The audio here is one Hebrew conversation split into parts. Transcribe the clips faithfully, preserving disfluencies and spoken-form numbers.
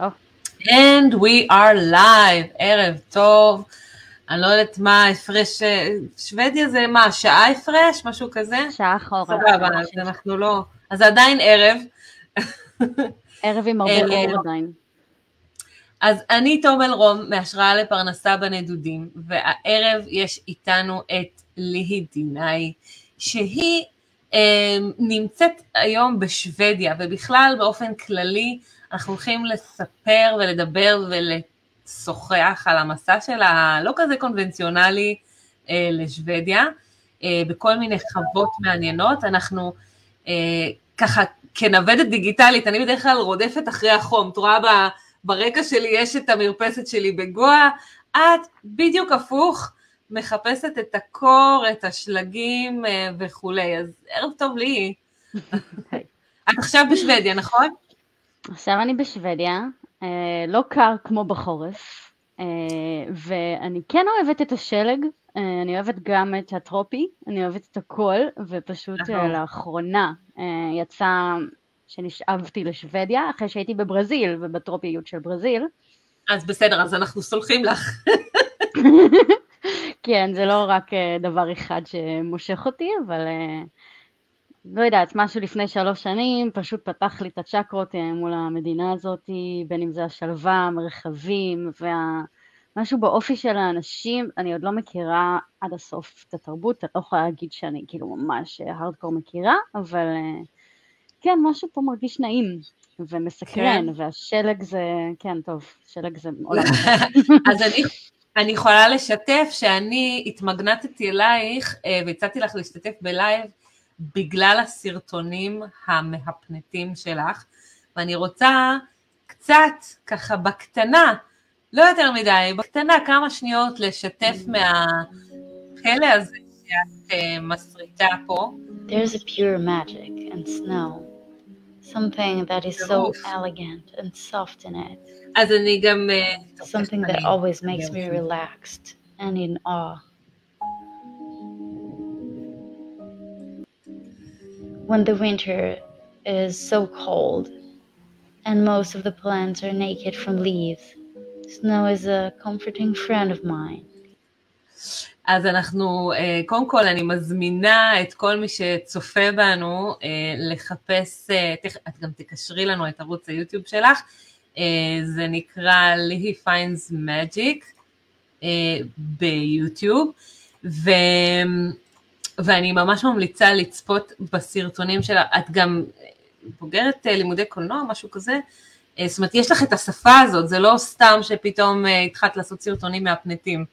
And we are live, ערב טוב, אני לא יודעת מה, הפרש, שוודיה זה מה, שעה הפרש, משהו כזה? שעה אחורה. סבבה, אז אנחנו לא, אז זה עדיין ערב. ערב עם הרבה אור עדיין. אז אני תומל רום, מהשראה לפרנסה בנדודים, והערב יש איתנו את ליהי דינאי, שהיא אה, נמצאת היום בשוודיה, ובכלל באופן כללי, אנחנו הולכים לספר ולדבר ולשוחח על המסע שלה, לא כזה קונבנציונלי אה, לשוודיה, אה, בכל מיני חוות מעניינות. אנחנו אה, ככה כנוודת דיגיטלית, אני בדרך כלל רודפת אחרי החום, את רואה ב, ברקע שלי יש את המרפסת שלי בגואה, את בדיוק הפוך, מחפשת את הקור, את השלגים אה, וכולי, אז ערב טוב לי. את עכשיו בשוודיה, נכון? עכשיו אני בשוודיה, אה, לא קר כמו בחורף, אה, ואני כן אוהבת את השלג, אה, אני אוהבת גם את הטרופי, אני אוהבת את הכל, ופשוט אה, לאחרונה אה, יצא שנשאבתי לשוודיה, אחרי שהייתי בברזיל ובטרופיות של ברזיל. אז בסדר, אז אנחנו סולחים לך. כן, זה לא רק אה, דבר אחד שמושך אותי, אבל... אה, לא יודעת, משהו לפני שלוש שנים, פשוט פתח לי את הצ'קרות מול המדינה הזאת, בין אם זה השלווה, המרחבים, ומשהו באופי של האנשים, אני עוד לא מכירה עד הסוף את התרבות, אני לא יכולה להגיד שאני כאילו ממש הארדקור מכירה, אבל כן, משהו פה מרגיש נעים ומסקרן, כן. והשלג זה, כן, טוב, שלג זה עולם. אז אני... אני יכולה לשתף שאני התמגנתתי אלייך, והצעתי לך להשתתף בלייב, בגלל הסרטונים המהפנטים שלך, ואני רוצה קצת ככה בקטנה, לא יותר מדי, בקטנה כמה שניות לשתף מהפלא הזה שאת uh, מסריטה פה. There's a pure magic in snow, something that is so elegant and soft in it. אז אני גם... Uh, something that always makes me relaxed and in awe. When the winter is so cold and most of the plants are naked from leaves, snow is a comforting friend of mine. אז אנחנו, קודם כל אני מזמינה את כל מי שצופה בנו לחפש, את גם תקשרי לנו את ערוץ היוטיוב שלך, זה נקרא ליהי פיינס מג'יק ביוטיוב, ו... ואני ממש ממליצה לצפות בסרטונים שלה, את גם בוגרת לימודי קולנוע, משהו כזה, זאת אומרת, יש לך את השפה הזאת, זה לא סתם שפתאום התחלת לעשות סרטונים מהפנטים.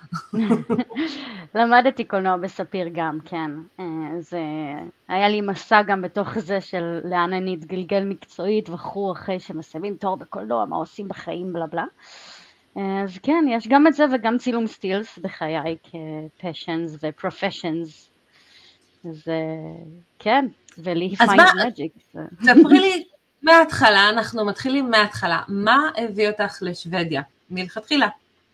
למדתי קולנוע בספיר גם, כן. זה היה לי מסע גם בתוך זה של לאן אני אתגלגל מקצועית וכו' אחרי שמסיימים תואר בקולנוע, מה עושים בחיים, בלה בלה. אז כן, יש גם את זה וגם צילום סטילס בחיי כפשנס ופרופשנס. אז כן, ולי פיינס מג'יק. תספרי לי מההתחלה, אנחנו מתחילים מההתחלה. מה הביא אותך לשוודיה? מלכתחילה.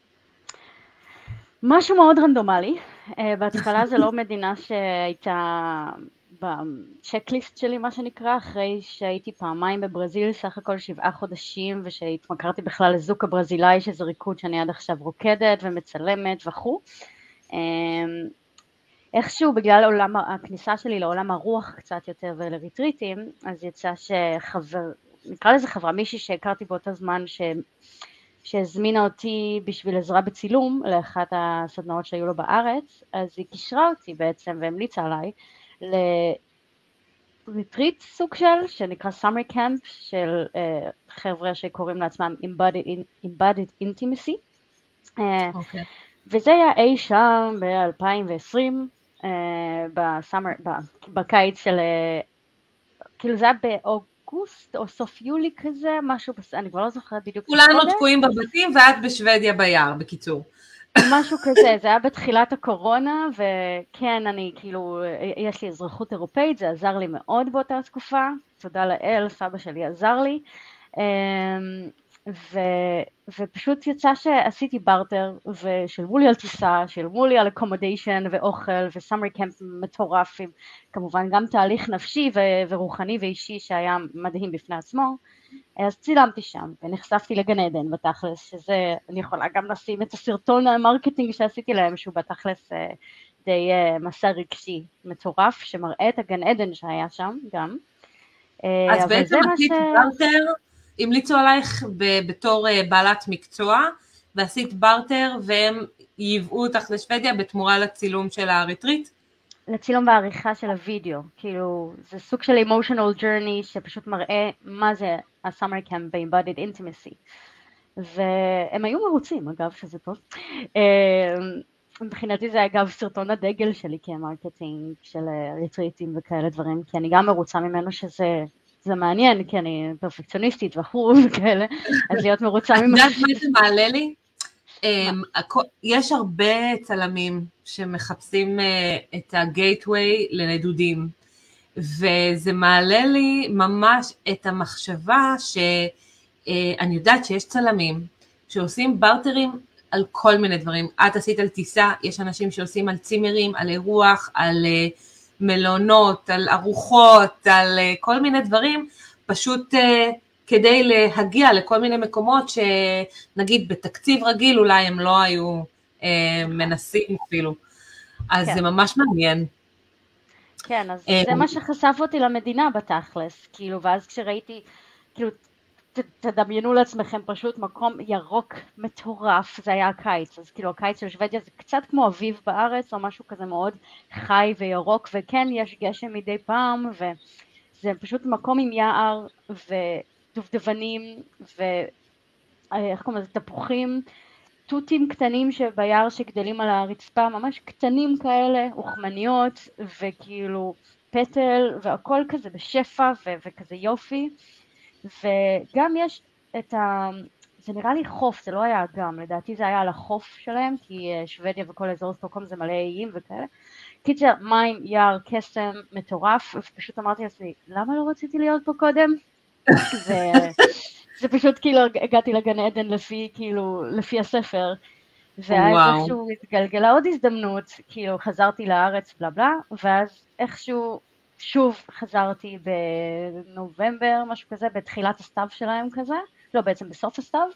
משהו מאוד רנדומלי. בהתחלה זה לא מדינה שהייתה בצ'קליסט שלי, מה שנקרא, אחרי שהייתי פעמיים בברזיל, סך הכל שבעה חודשים, ושהתמכרתי בכלל לזוק הברזילאי, שזה ריקוד שאני עד עכשיו רוקדת ומצלמת וכו'. איכשהו בגלל עולם, הכניסה שלי לעולם הרוח קצת יותר ולריטריטים, אז יצא שחבר, נקרא לזה חברה, מישהי שהכרתי באותו זמן ש... שהזמינה אותי בשביל עזרה בצילום לאחת הסדנאות שהיו לו בארץ, אז היא קישרה אותי בעצם והמליצה עליי לריטריט סוג של, שנקרא Summer Camp, של uh, חבר'ה שקוראים לעצמם Embodied, Embodied Intimacy, uh, okay. וזה היה אי שם ב-אלפיים ועשרים, uh, בסמר, בקיץ של, uh, כאילו זה היה באוגוסט או סוף יולי כזה, משהו, אני כבר לא זוכרת בדיוק. כולנו תקועים בבתים ואת בשוודיה ביער, בקיצור. משהו כזה, זה היה בתחילת הקורונה, וכן, אני כאילו, יש לי אזרחות אירופאית, זה עזר לי מאוד באותה תקופה, תודה לאל, סבא שלי עזר לי, ו, ופשוט יצא שעשיתי בארטר, ושילמו לי על טיסה, שילמו לי על אקומודיישן ואוכל, וסאמר קמפ מטורפים, כמובן גם תהליך נפשי ו, ורוחני ואישי, שהיה מדהים בפני עצמו, אז צילמתי שם, ונחשפתי לגן עדן בתכלס, שזה, אני יכולה גם לשים את הסרטון המרקטינג שעשיתי להם, שהוא בתכלס די מסע רגשי מטורף, שמראה את הגן עדן שהיה שם גם. אז בעצם עשית ברטר, המליצו עלייך בתור בעלת מקצוע, ועשית ברטר, והם ייבאו אותך לשוודיה בתמורה לצילום של הריטריט? לצילום והעריכה של הוידאו, כאילו זה סוג של emotional journey שפשוט מראה מה זה ה-summer camp ב-embodied intimacy, והם היו מרוצים אגב שזה טוב, מבחינתי זה אגב סרטון הדגל שלי כמרקטינג של ריטריטים וכאלה דברים, כי אני גם מרוצה ממנו שזה זה מעניין, כי אני פרפקציוניסטית וכו' וכאלה, אז להיות מרוצה ממנו. את יודעת מה זה מעלה לי? יש הרבה צלמים שמחפשים את הגייטווי לנדודים, וזה מעלה לי ממש את המחשבה שאני יודעת שיש צלמים שעושים ברטרים על כל מיני דברים. את עשית על טיסה, יש אנשים שעושים על צימרים, על אירוח, על מלונות, על ארוחות, על כל מיני דברים, פשוט כדי להגיע לכל מיני מקומות שנגיד בתקציב רגיל אולי הם לא היו מנסים אפילו. אז זה ממש מעניין. כן, אז זה מה שחשף אותי למדינה בתכלס, כאילו, ואז כשראיתי, כאילו, תדמיינו לעצמכם פשוט מקום ירוק מטורף, זה היה הקיץ, אז כאילו הקיץ של שוודיה זה קצת כמו אביב בארץ, או משהו כזה מאוד חי וירוק, וכן יש גשם מדי פעם, וזה פשוט מקום עם יער ודובדבנים, ואיך קוראים לזה, תפוחים, תותים קטנים שביער שגדלים על הרצפה, ממש קטנים כאלה, אוכמניות, וכאילו פטל, והכל כזה בשפע ו- וכזה יופי, וגם יש את ה... זה נראה לי חוף, זה לא היה אגם, לדעתי זה היה על החוף שלהם, כי שוודיה וכל אזור סטוקהולם זה מלא איים וכאלה. קיצר, מים, יער, קסם, מטורף, ופשוט אמרתי לעצמי, למה לא רציתי להיות פה קודם? זה, זה פשוט כאילו הגעתי לגן עדן לפי, כאילו, לפי הספר, ואז וואו. איכשהו התגלגלה עוד הזדמנות, כאילו חזרתי לארץ בלה בלה, ואז איכשהו שוב חזרתי בנובמבר, משהו כזה, בתחילת הסתיו שלהם כזה, לא בעצם בסוף הסתיו,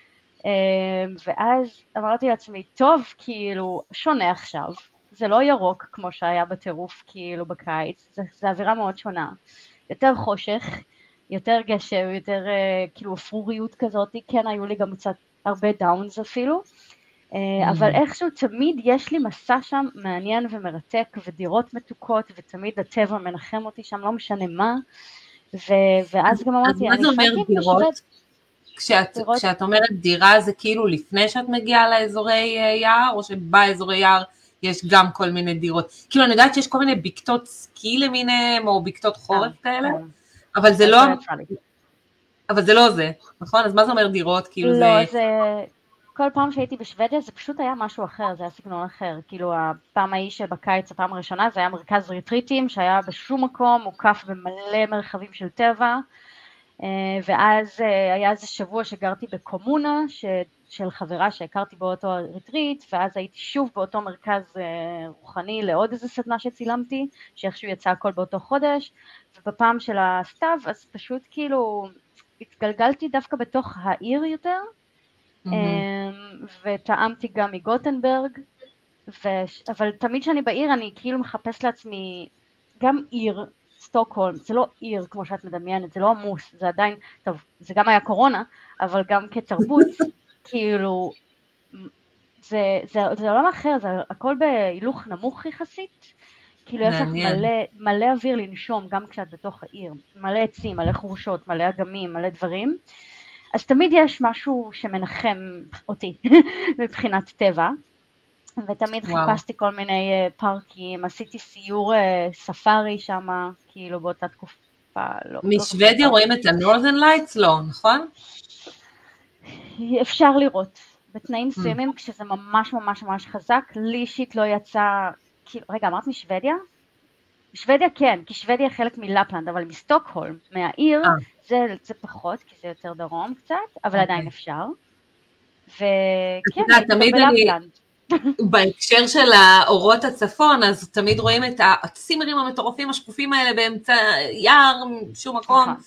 ואז אמרתי לעצמי, טוב, כאילו, שונה עכשיו, זה לא ירוק כמו שהיה בטירוף כאילו בקיץ, זה, זה אווירה מאוד שונה, יותר חושך, יותר גשם, יותר כאילו אפרוריות כזאת, כן היו לי גם קצת הרבה דאונס אפילו, אבל איכשהו תמיד יש לי מסע שם מעניין ומרתק, ודירות מתוקות, ותמיד הטבע מנחם אותי שם, לא משנה מה, ואז גם אמרתי, אז מה זה אומר דירות? כשאת אומרת דירה זה כאילו לפני שאת מגיעה לאזורי יער, או שבאזורי יער יש גם כל מיני דירות? כאילו אני יודעת שיש כל מיני בקתות סקי למיניהם, או בקתות חורף כאלה, אבל זה לא... אבל זה לא זה, נכון? אז מה זה אומר דירות? כאילו זה... לא, זה... כל פעם שהייתי בשוודיה זה פשוט היה משהו אחר, זה היה סגנון אחר, כאילו הפעם ההיא שבקיץ, הפעם הראשונה, זה היה מרכז ריטריטים שהיה בשום מקום, מוקף במלא מרחבים של טבע, ואז היה איזה שבוע שגרתי בקומונה ש, של חברה שהכרתי באותו ריטריט, ואז הייתי שוב באותו מרכז רוחני לעוד איזה סדנה שצילמתי, שאיכשהו יצא הכל באותו חודש, ובפעם של הסתיו, אז פשוט כאילו התגלגלתי דווקא בתוך העיר יותר, וטעמתי גם מגוטנברג, אבל תמיד שאני בעיר אני כאילו מחפש לעצמי גם עיר, סטוקהולם, זה לא עיר כמו שאת מדמיינת, זה לא עמוס, זה עדיין, טוב, זה גם היה קורונה, אבל גם כתרבות, כאילו, זה, זה, זה עולם אחר, זה הכל בהילוך נמוך יחסית, כאילו יש לך מלא, מלא אוויר לנשום, גם כשאת בתוך העיר, מלא עצים, מלא חורשות, מלא אגמים, מלא דברים, אז תמיד יש משהו שמנחם אותי מבחינת טבע, ותמיד וואו. חיפשתי כל מיני פארקים, עשיתי סיור ספארי שם, כאילו באותה תקופה. לא, משוודיה לא רואים את ה-Northern Lights? לא, נכון? אפשר לראות, בתנאים מסוימים, mm. כשזה ממש ממש ממש חזק, לי אישית לא יצא, כאילו, רגע, אמרת משוודיה? שוודיה כן, כי שוודיה חלק מלפלנד, אבל מסטוקהולם, מהעיר, זה, זה פחות, כי זה יותר דרום קצת, אבל okay. עדיין אפשר. וכן, תמיד אני, בהקשר של האורות הצפון, אז תמיד רואים את הצימרים המטורפים השקופים האלה באמצע יער, שום מקום,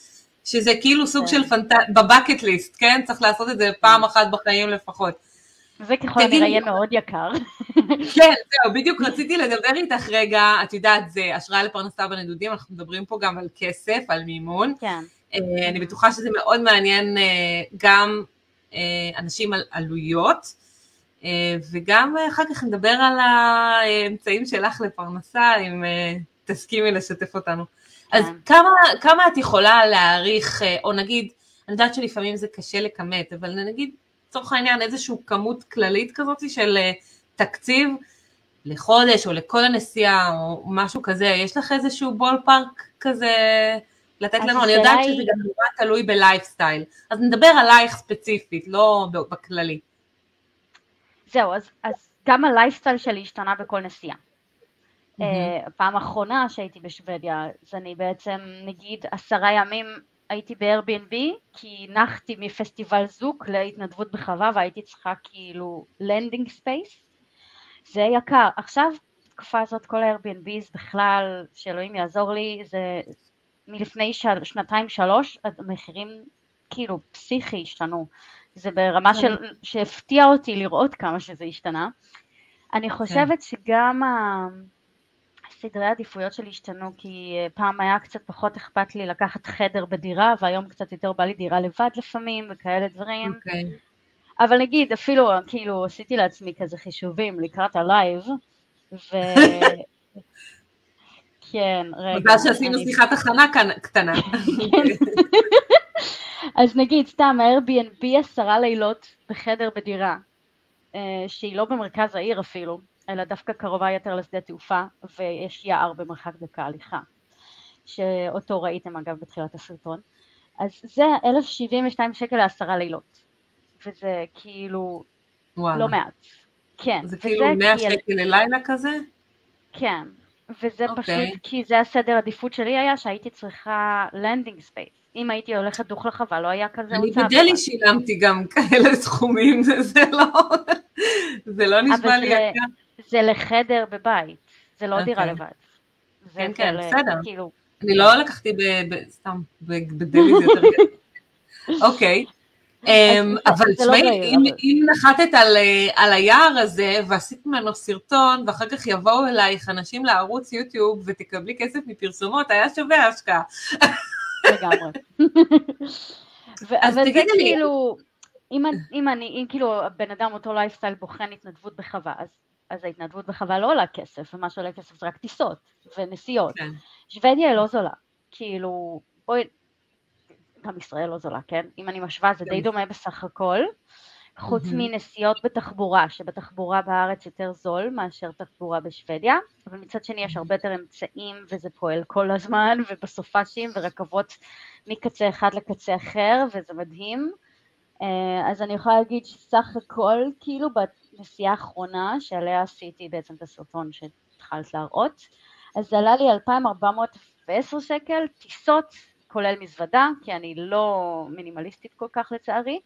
שזה כאילו סוג של פנטזיה, בבקט ליסט, כן? צריך לעשות את זה פעם אחת בחיים לפחות. זה ככל הנראה יהיה מאוד יקר. כן, זהו, בדיוק רציתי לדבר איתך רגע, את יודעת, זה השראה לפרנסה בנדודים, אנחנו מדברים פה גם על כסף, על מימון. כן. אני בטוחה שזה מאוד מעניין גם אנשים על עלויות, וגם אחר כך נדבר על האמצעים שלך לפרנסה, אם תסכימי לשתף אותנו. אז כמה, כמה את יכולה להעריך, או נגיד, אני יודעת שלפעמים זה קשה לכמת, אבל נגיד, צורך העניין, איזשהו כמות כללית כזאת של תקציב לחודש, או לכל הנסיעה, או משהו כזה, יש לך איזשהו בול פארק כזה לתת לנו? אני יודעת שזה גם נורא תלוי בלייפסטייל, אז נדבר עלייך ספציפית, לא בכללי. זהו, אז, אז גם הלייפסטייל שלי השתנה בכל נסיעה. Mm-hmm. Uh, הפעם האחרונה שהייתי בשוודיה, אז אני בעצם נגיד עשרה ימים הייתי ב-Airbnb, כי נחתי מפסטיבל זוק להתנדבות בחווה, והייתי צריכה כאילו לנדינג ספייס. זה יקר. עכשיו, תקופה הזאת, כל ה-Airbnbs בכלל, שאלוהים יעזור לי, זה מלפני של, שנתיים שלוש, המחירים כאילו פסיכי השתנו. זה ברמה של, שהפתיע אותי לראות כמה שזה השתנה. אני חושבת שגם סדרי העדיפויות שלי השתנו, כי פעם היה קצת פחות אכפת לי לקחת חדר בדירה, והיום קצת יותר בא לי דירה לבד לפעמים, וכאלה דברים. Okay. אבל נגיד, אפילו כאילו עשיתי לעצמי כזה חישובים לקראת הלייב, ו... כן, רגע. מזל שעשינו אני... שיחת הכנה קטנה. אז נגיד, סתם, ה-Airbnb עשרה לילות בחדר בדירה, שהיא לא במרכז העיר אפילו, אלא דווקא קרובה יותר לשדה תעופה, ויש יער במרחק דקה הליכה, שאותו ראיתם אגב בתחילת הסרטון. אז זה אלף שבעים ושתיים שקל לעשרה לילות, וזה כאילו וואלה. לא מעט. כן. זה כאילו מאה שקל ללילה כזה? כן, וזה okay. פשוט כי זה הסדר עדיפות שלי היה, שהייתי צריכה לנדינג ספייס. אם הייתי הולכת דוך לחווה, לא היה כזה אני בדלי שילמתי גם כאלה סכומים, זה, זה לא, זה לא נשמע לי יקר. זה לחדר בבית, זה לא okay. דירה לבד. כן, כן, בסדר. כאילו... אני לא לקחתי ב, ב, סתם, בדלי זה יותר גדול. אוקיי. אבל תשמעי, אם נחתת על היער הזה ועשית ממנו סרטון ואחר כך יבואו אלייך אנשים לערוץ יוטיוב ותקבלי כסף מפרסומות, היה שווה ההשקעה. לגמרי. אבל זה כאילו, אם אני, אם כאילו בן אדם אותו לייפסטייל בוחן התנדבות בחווה, אז ההתנדבות בחווה לא עולה כסף, ומה שעולה כסף זה רק טיסות ונסיעות. שוודיה היא לא זולה, כאילו, בואי, גם ישראל לא זולה, כן? אם אני משווה זה די דומה בסך הכל, חוץ מנסיעות בתחבורה, שבתחבורה בארץ יותר זול מאשר תחבורה בשוודיה, אבל מצד שני יש הרבה יותר אמצעים וזה פועל כל הזמן, ובסופשים ורכבות מקצה אחד לקצה אחר, וזה מדהים. אז אני יכולה להגיד שסך הכל, כאילו בנסיעה האחרונה שעליה עשיתי בעצם את הסרטון שהתחלת להראות, אז זה עלה לי אלפיים ארבע מאות ועשר שקל, טיסות, כולל מזוודה, כי אני לא מינימליסטית כל כך לצערי,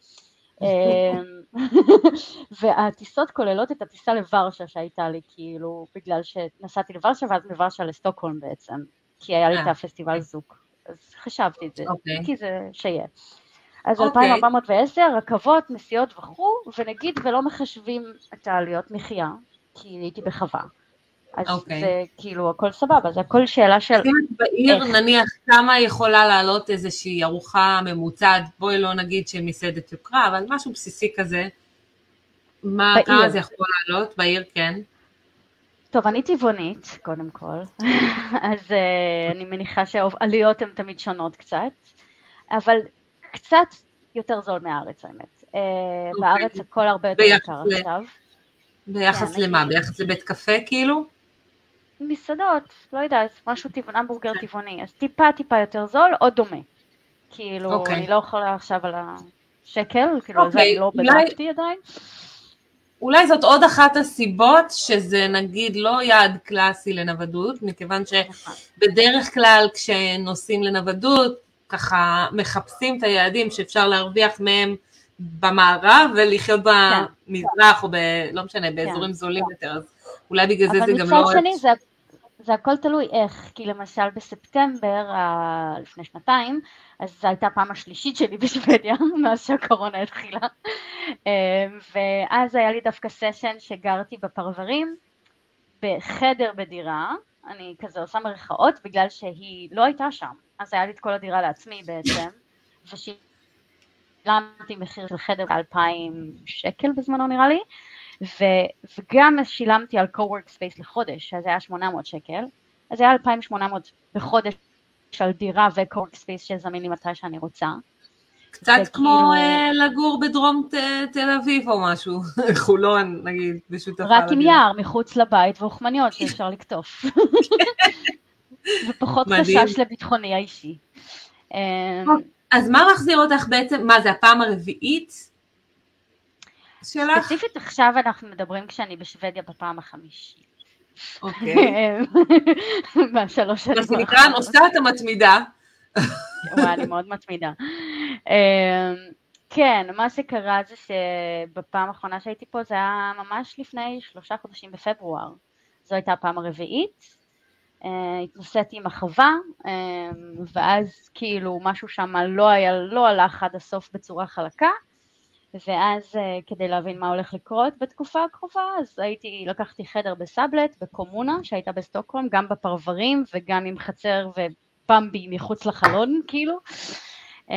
והטיסות כוללות את הטיסה לוורשה שהייתה לי, כאילו, בגלל שנסעתי לוורשה, ואז מוורשה לסטוקהולם בעצם, כי היה לי את הפסטיבל זוק, אז חשבתי את זה, כי זה שיהיה. אז אלפיים ארבע מאות ועשר, רכבות, נסיעות וכו', ונגיד ולא מחשבים את העלויות מחיה, כי הייתי בחווה. אז okay. זה כאילו הכל סבבה, זה הכל שאלה של... אם את בעיר נניח כמה יכולה לעלות איזושהי ארוחה ממוצעת, בואי לא נגיד שמסעדת יוקרה, אבל משהו בסיסי כזה, מה, כמה זה יכול לעלות בעיר, כן? טוב, אני טבעונית, קודם כל, אז uh, אני מניחה שהעלויות הן תמיד שונות קצת, אבל קצת יותר זול מהארץ האמת. Uh, okay. בארץ הכל הרבה יותר יקר ל... עכשיו. ביחס כן, למה? אני... ביחס לבית קפה כאילו? מסעדות, לא יודעת, משהו טבעון, המבורגר טבעוני, אז טיפה טיפה יותר זול או דומה. כאילו, okay. אני לא יכולה עכשיו על השקל, כאילו, okay. על זה אני לא אולי... בדקתי עדיין. אולי זאת עוד אחת הסיבות שזה נגיד לא יעד קלאסי לנוודות, מכיוון שבדרך כלל כשנוסעים לנוודות, ככה מחפשים את היעדים שאפשר להרוויח מהם במערב ולחיות במזרח או ב... לא משנה, באזורים זולים יותר, אז אולי בגלל זה זה גם לא... אבל מצד שני זה... זה הכל תלוי איך, כי למשל בספטמבר, ה- לפני שנתיים, אז זו הייתה הפעם השלישית שלי בשוודיה, מאז שהקורונה התחילה, ואז היה לי דווקא סשן שגרתי בפרברים, בחדר בדירה, אני כזה עושה מרכאות, בגלל שהיא לא הייתה שם, אז היה לי את כל הדירה לעצמי בעצם, ושילמתי מחיר של חדר אלפיים שקל בזמנו נראה לי, ו- וגם שילמתי על co-work space לחודש, אז היה שמונה מאות שקל, אז היה אלפיים ושמונה מאות בחודש על דירה ו-co-work space שזמין לי מתי שאני רוצה. קצת וכאילו- כמו אה, לגור בדרום ת- תל אביב או משהו, חולון נגיד, בשותפה רק עם לדירה. יער מחוץ לבית ואוכמניות שאפשר לקטוף. ופחות מדהים. חשש לביטחוני האישי. אמ, אז מה מחזיר אותך בעצם, מה זה הפעם הרביעית שלך? ספציפית עכשיו אנחנו מדברים כשאני בשוודיה בפעם החמישית. אוקיי. בשלוש שנים מה שנקרא, נוסעת המתמידה. וואי, אני מאוד מתמידה. אמ, כן, מה שקרה זה שבפעם האחרונה שהייתי פה זה היה ממש לפני שלושה חודשים בפברואר. זו הייתה הפעם הרביעית. אה, התנסיתי עם החווה, אה, ואז כאילו משהו שם לא היה, לא הלך עד הסוף בצורה חלקה, ואז אה, כדי להבין מה הולך לקרות בתקופה הקרובה, אז הייתי, לקחתי חדר בסאבלט, בקומונה, שהייתה בסטוקהולם, גם בפרברים וגם עם חצר ובמבי מחוץ לחלון, כאילו. אה,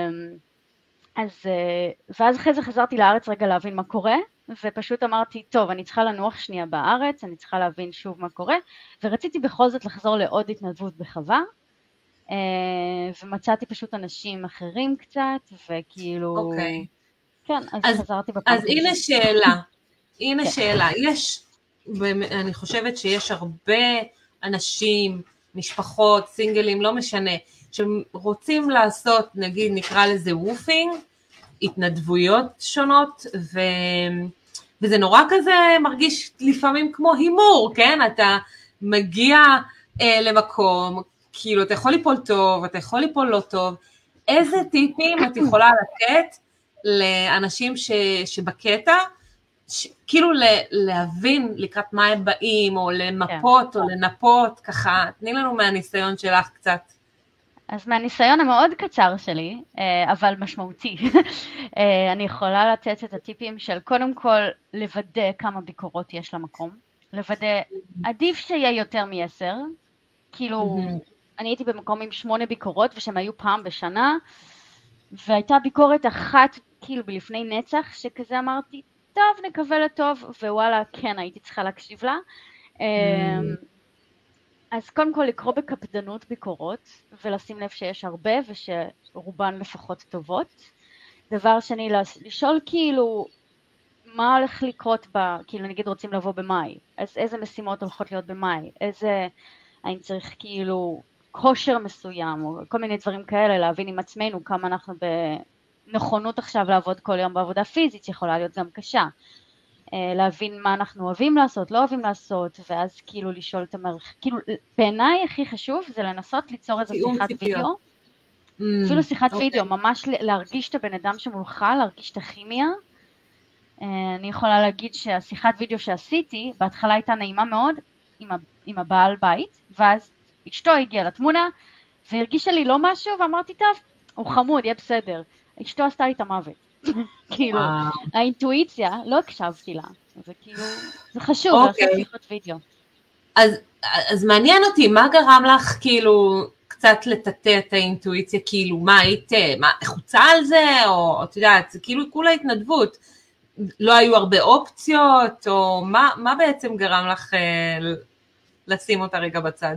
אז, אה, ואז אחרי זה חזרתי לארץ רגע להבין מה קורה, ופשוט אמרתי, טוב, אני צריכה לנוח שנייה בארץ, אני צריכה להבין שוב מה קורה, ורציתי בכל זאת לחזור לעוד התנדבות בחווה, אה, ומצאתי פשוט אנשים אחרים קצת, וכאילו... אוקיי. כן, אז, אז- חזרתי בפעם אז הנה חמישית. שאלה, הנה כן. שאלה, יש, אני חושבת שיש הרבה אנשים, משפחות, סינגלים, לא משנה, שרוצים לעשות, נגיד נקרא לזה וופינג, התנדבויות שונות, ו... וזה נורא כזה מרגיש לפעמים כמו הימור, כן? אתה מגיע אה, למקום, כאילו אתה יכול ליפול טוב, אתה יכול ליפול לא טוב, איזה טיפים את יכולה לתת לאנשים ש... שבקטע, ש... כאילו ל... להבין לקראת מה הם באים, או למפות, כן. או לנפות, ככה, תני לנו מהניסיון שלך קצת. אז מהניסיון המאוד קצר שלי, אבל משמעותי, אני יכולה לתת את הטיפים של קודם כל לוודא כמה ביקורות יש למקום, לוודא, עדיף שיהיה יותר מעשר, כאילו אני הייתי במקום עם שמונה ביקורות ושהם היו פעם בשנה, והייתה ביקורת אחת כאילו בלפני נצח, שכזה אמרתי, טוב נקווה לטוב, ווואלה כן הייתי צריכה להקשיב לה, אז קודם כל לקרוא בקפדנות ביקורות, ולשים לב שיש הרבה, ושרובן לפחות טובות. דבר שני, לשאול כאילו, מה הולך לקרות ב... כאילו נגיד רוצים לבוא במאי, אז איזה משימות הולכות להיות במאי, איזה... האם צריך כאילו כושר מסוים, או כל מיני דברים כאלה, להבין עם עצמנו כמה אנחנו בנכונות עכשיו לעבוד כל יום בעבודה פיזית, שיכולה להיות גם קשה. להבין מה אנחנו אוהבים לעשות, לא אוהבים לעשות, ואז כאילו לשאול את המערכת, כאילו בעיניי הכי חשוב זה לנסות ליצור איזו שיחת וידאו, אפילו שיחת וידאו, ממש להרגיש את הבן אדם שמולך, להרגיש את הכימיה. אני יכולה להגיד שהשיחת וידאו שעשיתי, בהתחלה הייתה נעימה מאוד עם הבעל בית, ואז אשתו הגיעה לתמונה, והרגישה לי לא משהו, ואמרתי, טוב, הוא חמוד, יהיה בסדר. אשתו עשתה לי את המוות. כאילו, האינטואיציה, לא הקשבתי לה, זה כאילו, זה חשוב, לעשות שיחות וידאו. אז מעניין אותי, מה גרם לך כאילו קצת לטטא את האינטואיציה, כאילו מה היית, מה, חוצה על זה, או את יודעת, זה כאילו כולה התנדבות, לא היו הרבה אופציות, או מה בעצם גרם לך לשים אותה רגע בצד?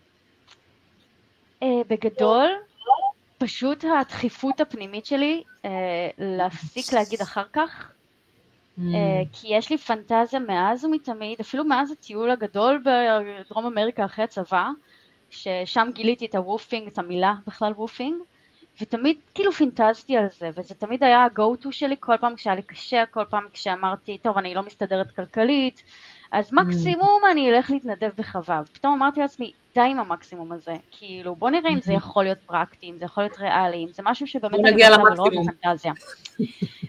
בגדול, פשוט הדחיפות הפנימית שלי, אה, להפסיק להגיד אחר כך, mm. אה, כי יש לי פנטזיה מאז ומתמיד, אפילו מאז הטיול הגדול בדרום אמריקה אחרי הצבא, ששם גיליתי את הוופינג, את המילה בכלל וופינג, ותמיד כאילו פנטזתי על זה, וזה תמיד היה ה-go-to שלי כל פעם כשהיה לי קשה, כל פעם כשאמרתי, טוב, אני לא מסתדרת כלכלית, אז מקסימום mm. אני אלך להתנדב בחווה, ופתאום אמרתי לעצמי, די עם המקסימום הזה, כאילו בוא נראה אם זה יכול להיות פרקטי, אם זה יכול להיות ריאלי, אם זה משהו שבאמת אני רוצה ולא בפנטזיה.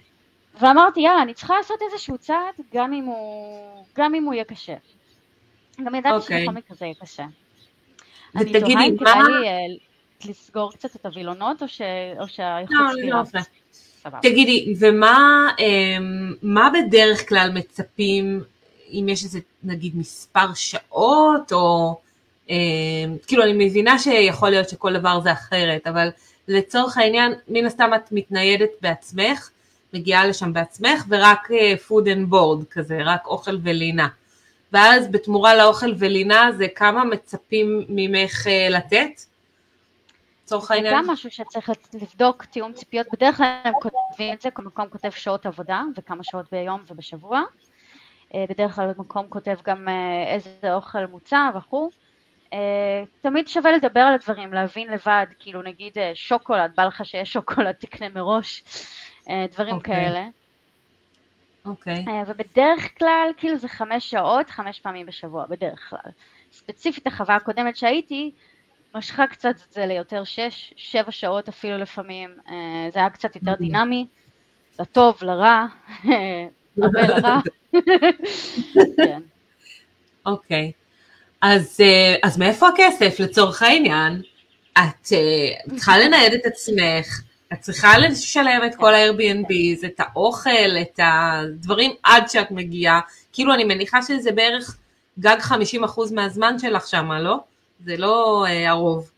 ואמרתי, יאללה, אני צריכה לעשות איזשהו צעד, גם אם הוא, גם אם הוא יהיה קשה. גם ידעתי אוקיי. שבכל מקרה זה יהיה קשה. ותגידי, אני תוהה אם מה- כדאי לי אה, לסגור קצת את הווילונות, או ש- או שהאיכות לא, סבירה. לא, לא. סבבה. תגידי, ומה אמ, מה בדרך כלל מצפים, אם יש איזה נגיד מספר שעות, או אמ, כאילו אני מבינה שיכול להיות שכל דבר זה אחרת, אבל לצורך העניין, מן הסתם את מתניידת בעצמך, מגיעה לשם בעצמך, ורק אה, food and board כזה, רק אוכל ולינה. ואז בתמורה לאוכל ולינה, זה כמה מצפים ממך אה, לתת? לצורך זה העניין? גם משהו שצריך לבדוק תיאום ציפיות, בדרך כלל הם כותבים את זה, כל מקום כותב שעות עבודה וכמה שעות ביום ובשבוע, בדרך כלל מקום כותב גם איזה אוכל מוצע וכו'. תמיד שווה לדבר על הדברים, להבין לבד, כאילו נגיד שוקולד, בא לך שיש שוקולד, תקנה מראש, דברים אוקיי. כאלה. אוקיי. ובדרך כלל כאילו זה חמש שעות, חמש פעמים בשבוע, בדרך כלל. ספציפית החווה הקודמת שהייתי, משכה קצת את זה ליותר שש, שבע שעות אפילו לפעמים, זה היה קצת יותר דינמי, לטוב, לרע, הרבה לרע. כן. אוקיי. אז, אז מאיפה הכסף לצורך העניין? את צריכה לנייד את עצמך, את צריכה לשלם את כל ה-Airbnbs, את האוכל, את הדברים עד שאת מגיעה, כאילו אני מניחה שזה בערך גג חמישים אחוז מהזמן שלך שמה, לא? זה לא אה, הרוב.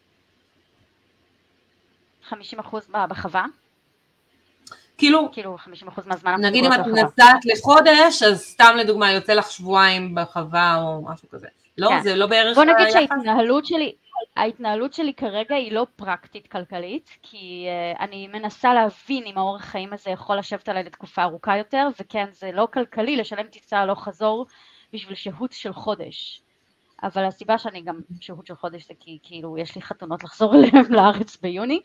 חמישים אחוז בחווה? כאילו, כאילו חמישים אחוז מהזמן נגיד אם את בחווה. נסעת לחודש, אז סתם לדוגמה יוצא לך שבועיים בחווה או משהו כזה. לא, כן. זה לא בערך בוא נגיד היחס? שההתנהלות שלי, ההתנהלות שלי כרגע היא לא פרקטית כלכלית, כי uh, אני מנסה להבין אם האורח חיים הזה יכול לשבת עליי לתקופה ארוכה יותר, וכן, זה לא כלכלי לשלם טיסה לא חזור בשביל שהות של חודש. אבל הסיבה שאני גם שהות של חודש זה כי כאילו יש לי חתונות לחזור אליהם לארץ ביוני,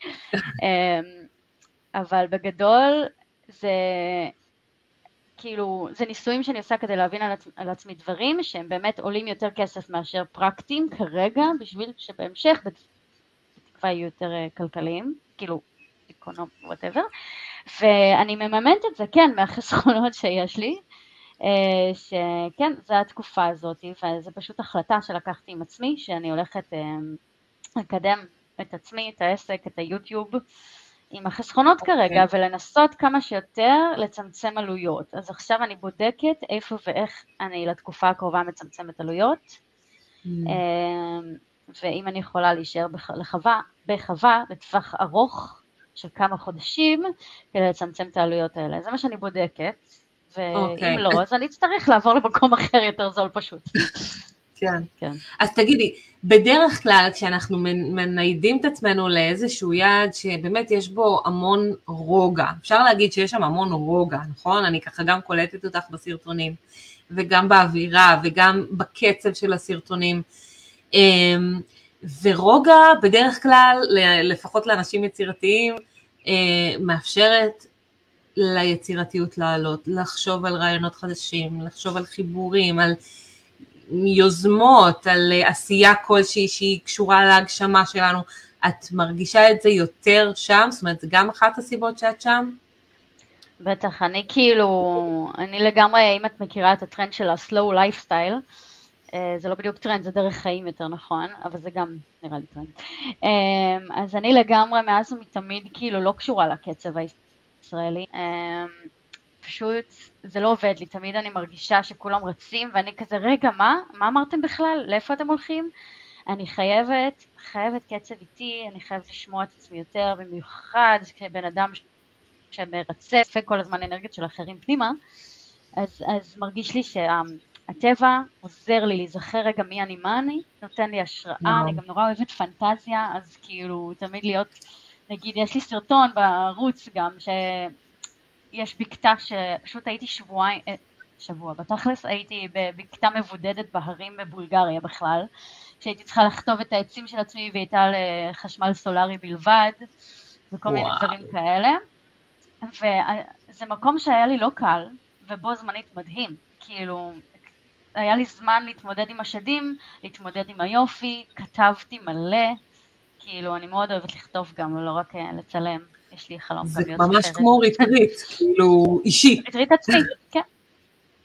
אבל בגדול זה כאילו, זה ניסויים שאני עושה כדי להבין על, עצ... על עצמי דברים שהם באמת עולים יותר כסף מאשר פרקטיים כרגע, בשביל שבהמשך בתקווה יהיו יותר כלכליים, כאילו אקונומי, whatever, ואני מממנת את זה, כן, מהחסכונות שיש לי, שכן, זו התקופה הזאת, וזו פשוט החלטה שלקחתי עם עצמי, שאני הולכת לקדם את עצמי, את העסק, את היוטיוב, עם החסכונות okay. כרגע, ולנסות כמה שיותר לצמצם עלויות. אז עכשיו אני בודקת איפה ואיך אני לתקופה הקרובה מצמצמת עלויות, mm. ואם אני יכולה להישאר בחווה, בחווה לטווח ארוך של כמה חודשים, כדי לצמצם את העלויות האלה. זה מה שאני בודקת. ואם לא, אז אני אצטרך לעבור למקום אחר יותר זול פשוט. כן. כן. אז תגידי, בדרך כלל כשאנחנו מניידים את עצמנו לאיזשהו יעד שבאמת יש בו המון רוגע, אפשר להגיד שיש שם המון רוגע, נכון? אני ככה גם קולטת אותך בסרטונים, וגם באווירה, וגם בקצב של הסרטונים, ורוגע בדרך כלל, לפחות לאנשים יצירתיים, מאפשרת ליצירתיות לעלות, לחשוב על רעיונות חדשים, לחשוב על חיבורים, על יוזמות, על עשייה כלשהי שהיא קשורה להגשמה שלנו. את מרגישה את זה יותר שם? זאת אומרת, זה גם אחת הסיבות שאת שם? בטח, אני כאילו, אני לגמרי, אם את מכירה את הטרנד של ה-slow lifestyle, זה לא בדיוק טרנד, זה דרך חיים יותר נכון, אבל זה גם נראה לי טרנד. אז אני לגמרי מאז ומתמיד כאילו לא קשורה לקצב הישראלי, פשוט זה לא עובד לי, תמיד אני מרגישה שכולם רצים, ואני כזה, רגע, מה? מה אמרתם בכלל? לאיפה אתם הולכים? אני חייבת, חייבת קצב איתי, אני חייבת לשמוע את עצמי יותר, במיוחד כבן אדם שמרצף כל הזמן אנרגיות של אחרים פנימה, אז, אז מרגיש לי שהטבע עוזר לי להיזכר רגע מי אני, מה אני, נותן לי השראה, אני גם נורא אוהבת פנטזיה, אז כאילו תמיד להיות, נגיד, יש לי סרטון בערוץ גם, ש... יש בקתה שפשוט הייתי שבועיים, שבוע, בתכלס הייתי בבקתה מבודדת בהרים בבולגריה בכלל, שהייתי צריכה לכתוב את העצים של עצמי והייתה לחשמל סולרי בלבד, וכל וואו. מיני דברים כאלה, וזה מקום שהיה לי לא קל, ובו זמנית מדהים, כאילו, היה לי זמן להתמודד עם השדים, להתמודד עם היופי, כתבתי מלא, כאילו, אני מאוד אוהבת לכתוב גם, לא רק לצלם. יש לי חלום. זה ממש כמו ריטריט, כאילו אישי. ריטריט עצמי, כן.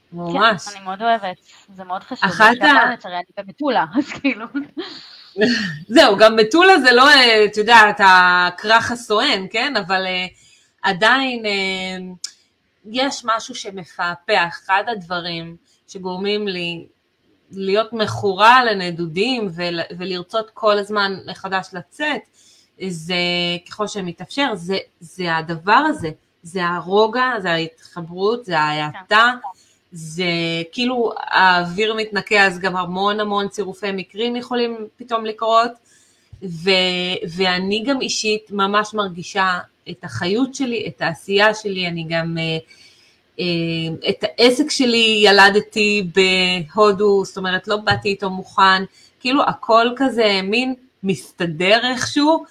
ממש. כן, אני מאוד אוהבת, זה מאוד חשוב. אחת ה... הרי אני במטולה, אז כאילו... זהו, גם מטולה זה לא, את יודעת, הכרך הסואן, כן? אבל uh, עדיין uh, יש משהו שמפעפע. אחד הדברים שגורמים לי להיות מכורה לנדודים ול, ולרצות כל הזמן מחדש לצאת, זה ככל שמתאפשר, זה, זה הדבר הזה, זה הרוגע, זה ההתחברות, זה ההאטה, זה כאילו האוויר מתנקה, אז גם המון המון צירופי מקרים יכולים פתאום לקרות, ו, ואני גם אישית ממש מרגישה את החיות שלי, את העשייה שלי, אני גם... את העסק שלי ילדתי בהודו, זאת אומרת לא באתי איתו מוכן, כאילו הכל כזה מין מסתדר איכשהו,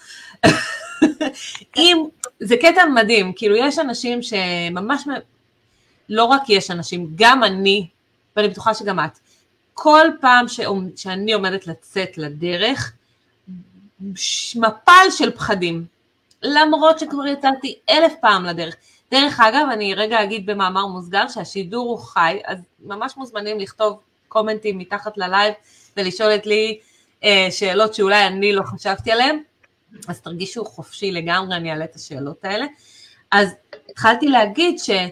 אם, זה קטע מדהים, כאילו יש אנשים שממש, לא רק יש אנשים, גם אני, ואני בטוחה שגם את, כל פעם שאני עומדת לצאת לדרך, מפל של פחדים, למרות שכבר יצאתי אלף פעם לדרך, דרך אגב, אני רגע אגיד במאמר מוסגר שהשידור הוא חי, אז ממש מוזמנים לכתוב קומנטים מתחת ללייב ולשאול את לי אה, שאלות שאולי אני לא חשבתי עליהן, אז תרגישו חופשי לגמרי, אני אעלה את השאלות האלה. אז התחלתי להגיד שאני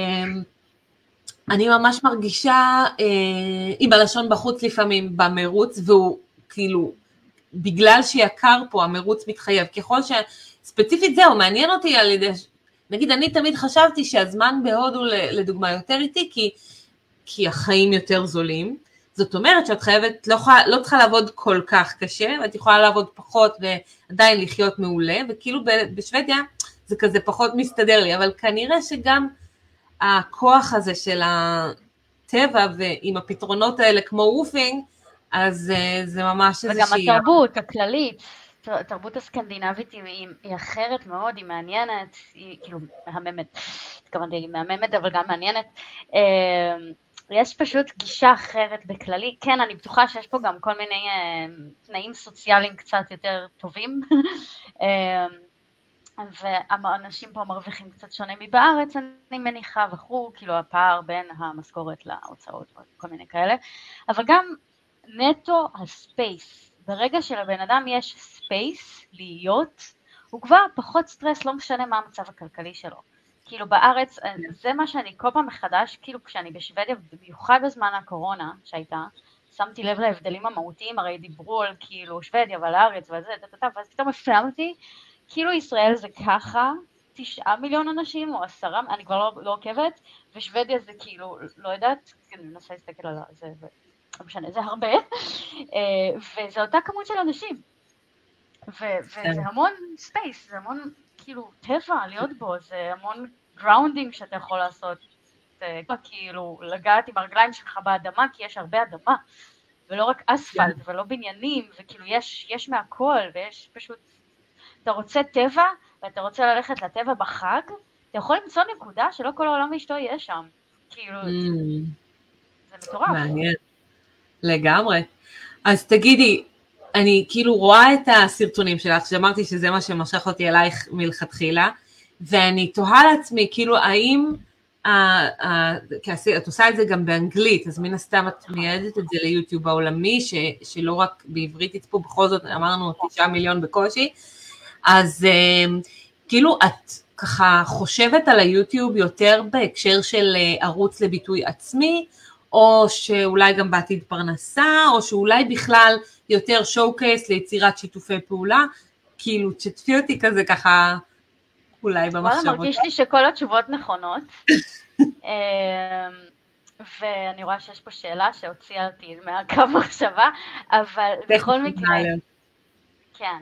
אה, ממש מרגישה אה, עם הלשון בחוץ לפעמים במרוץ, והוא כאילו, בגלל שיקר פה המרוץ מתחייב, ככל שספציפית זהו, מעניין אותי על ידי... נגיד, אני תמיד חשבתי שהזמן בהודו לדוגמה יותר איתי, כי, כי החיים יותר זולים. זאת אומרת שאת חייבת, לא, לא צריכה לעבוד כל כך קשה, ואת יכולה לעבוד פחות ועדיין לחיות מעולה, וכאילו בשוודיה זה כזה פחות מסתדר לי, אבל כנראה שגם הכוח הזה של הטבע, ועם הפתרונות האלה כמו רופינג, אז זה ממש איזושהי... וגם התרבות הכללית. התרבות הסקנדינבית היא, היא אחרת מאוד, היא מעניינת, היא כאילו מהממת, התכוונתי, היא מהממת אבל גם מעניינת, יש פשוט גישה אחרת בכללי, כן אני בטוחה שיש פה גם כל מיני תנאים סוציאליים קצת יותר טובים, ואנשים פה מרוויחים קצת שונה מבארץ אני מניחה וכו', כאילו הפער בין המשכורת להוצאות וכל מיני כאלה, אבל גם נטו הספייס, ברגע שלבן אדם יש ספייס להיות, הוא כבר פחות סטרס, לא משנה מה המצב הכלכלי שלו. כאילו בארץ, זה מה שאני כל פעם מחדש, כאילו כשאני בשוודיה, במיוחד בזמן הקורונה שהייתה, שמתי לב להבדלים המהותיים, הרי דיברו על כאילו שוודיה ועל הארץ וזה, ואז פתאום הפעמתי, כאילו ישראל זה ככה, תשעה מיליון אנשים או עשרה, אני כבר לא, לא עוקבת, ושוודיה זה כאילו, לא יודעת, אני מנסה להסתכל על זה, לא משנה, זה הרבה, וזה אותה כמות של אנשים, וזה המון ספייס, זה המון כאילו טבע להיות בו, זה המון גראונדינג שאתה יכול לעשות, כאילו לגעת עם הרגליים שלך באדמה, כי יש הרבה אדמה, ולא רק אספלט ולא בניינים, וכאילו יש, יש מהכל, ויש פשוט, אתה רוצה טבע, ואתה רוצה ללכת לטבע בחג, אתה יכול למצוא נקודה שלא כל העולם ואשתו יהיה שם, כאילו, זה מטורף. מעניין. לגמרי. אז תגידי, אני כאילו רואה את הסרטונים שלך, שאמרתי שזה מה שמשך אותי אלייך מלכתחילה, ואני תוהה לעצמי, כאילו, האם, את עושה את זה גם באנגלית, אז מן הסתם את מייעדת את זה ליוטיוב העולמי, שלא רק בעברית יצפו, בכל זאת אמרנו תשעה מיליון בקושי, אז כאילו את ככה חושבת על היוטיוב יותר בהקשר של ערוץ לביטוי עצמי, או שאולי גם בעתיד פרנסה, או שאולי בכלל יותר שואו-קייס ליצירת שיתופי פעולה, כאילו תשתפי אותי כזה ככה, אולי במחשבות. וואלה, מרגיש לי שכל התשובות נכונות, ואני רואה שיש פה שאלה שהוציאה אותי מהקו מחשבה, אבל בכל מקרה, כן,